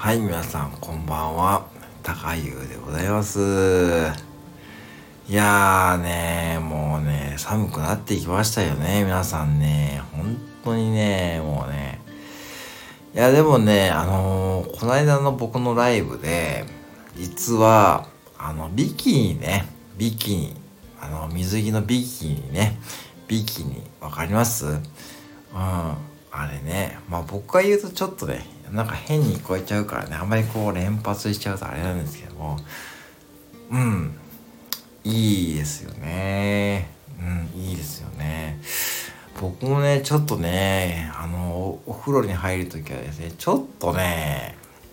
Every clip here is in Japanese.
はい、皆さんこんばんは。高優でございます。いやーね、もうね、寒くなってきましたよね、皆さんね。本当にね、もうね。いや、でもね、この間の僕のライブで、実は、ビキニね、ビキニ、水着のビキニね、ビキニ、わかります？あれね、まあ僕が言うとちょっとね、なんか変に聞こえちゃうからね、あんまりこう連発しちゃうとあれなんですけども、うん、いいですよね。いいですよね。僕もね、ちょっとね、お風呂に入るときはですね、ちょっとね、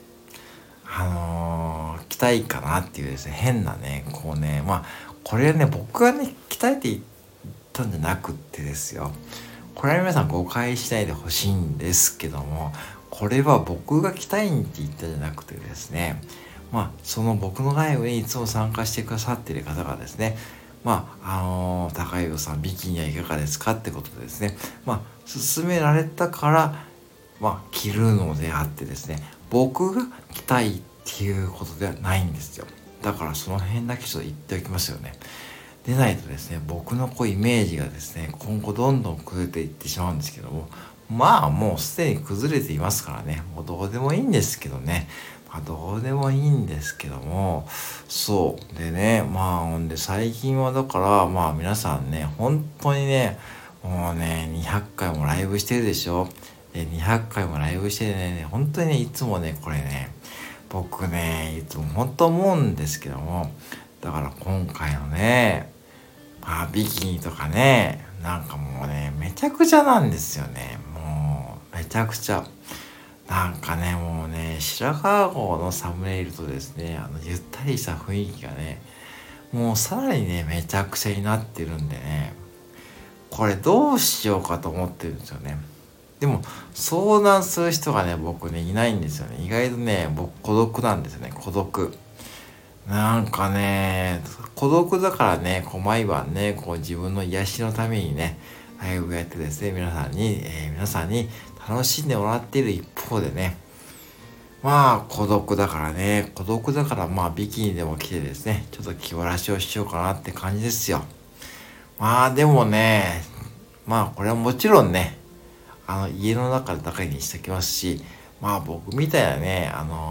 着たいかなっていうですね、変なね、こうね、まあ、これはね、僕がね、着たいって言ったんじゃなくってですよ。これは皆さん誤解しないでほしいんですけども、これは僕が着たいって言ったんじゃなくてですね、まあ、その僕のライブにいつも参加してくださっている方がですね、まあ、高井さん、ビキニはいかがですかってことでですね、まあ、勧められたから、まあ、着るのであってですね、僕が着たいっていうことではないんですよ。だからその辺だけちょっと言っておきますよね。でないとですね、僕のこうイメージがですね、今後どんどん崩れていってしまうんですけども、まあもうすでに崩れていますからね、もうどうでもいいんですけどね、まあどうでもいいんですけども、そう。でね、まあほんで最近はだから、まあ皆さんね、本当にね、もうね、200回もライブしてるでしょ。で、200回もライブしてね、本当にね、いつもね、これね、僕ね、いつも本当思うんですけども、だから今回のね、まあ、ビキニとかね、なんかもうね、めちゃくちゃなんですよね。もう、めちゃくちゃ。なんかね、もうね、白川郷のサムネイルとですね、ゆったりした雰囲気がね、もうさらにね、めちゃくちゃになってるんでね、これどうしようかと思ってるんですよね。でも、相談する人がね、僕ね、いないんですよね。意外とね、僕孤独なんですよね、孤独。なんかね、孤独だからね、こう毎晩ね、こう自分の癒しのためにね、ライブやってですね、皆さんに楽しんでもらっている一方でね、まあ孤独だからね、孤独だからまあビキニでも着てですね、ちょっと気晴らしをしようかなって感じですよ。まあでもね、まあこれはもちろんね、家の中だけにしときますし、まあ僕みたいなね、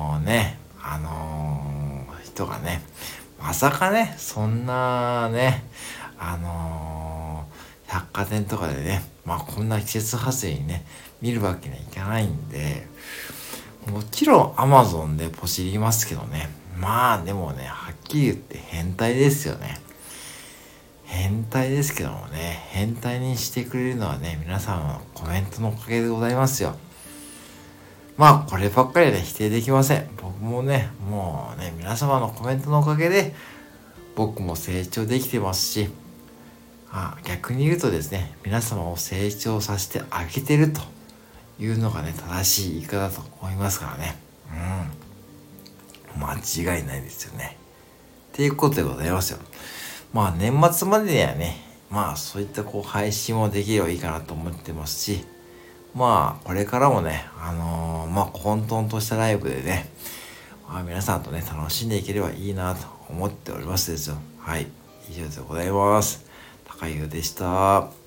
人がね、まさかね、そんなね、百貨店とかでね、まあこんな季節外れにね、見るわけにはいかないんで、もちろん Amazon でポチりますけどね、まあでもね、はっきり言って変態ですよね。変態ですけどもね、変態にしてくれるのはね、皆さんのコメントのおかげでございますよ。まあ、こればっかりはね、否定できません。僕もね、もうね、皆様のコメントのおかげで、僕も成長できてますし、逆に言うとですね、皆様を成長させてあげてるというのがね、正しい言い方だと思いますからね。間違いないですよね。っていうことでございますよ。まあ、年末までにはね、まあ、そういったこう、配信もできればいいかなと思ってますし、まあ、これからもね、まあ、混沌としたライブでね、まあ、皆さんとね、楽しんでいければいいなと思っておりますですよ。はい。以上でございます。高井優でした。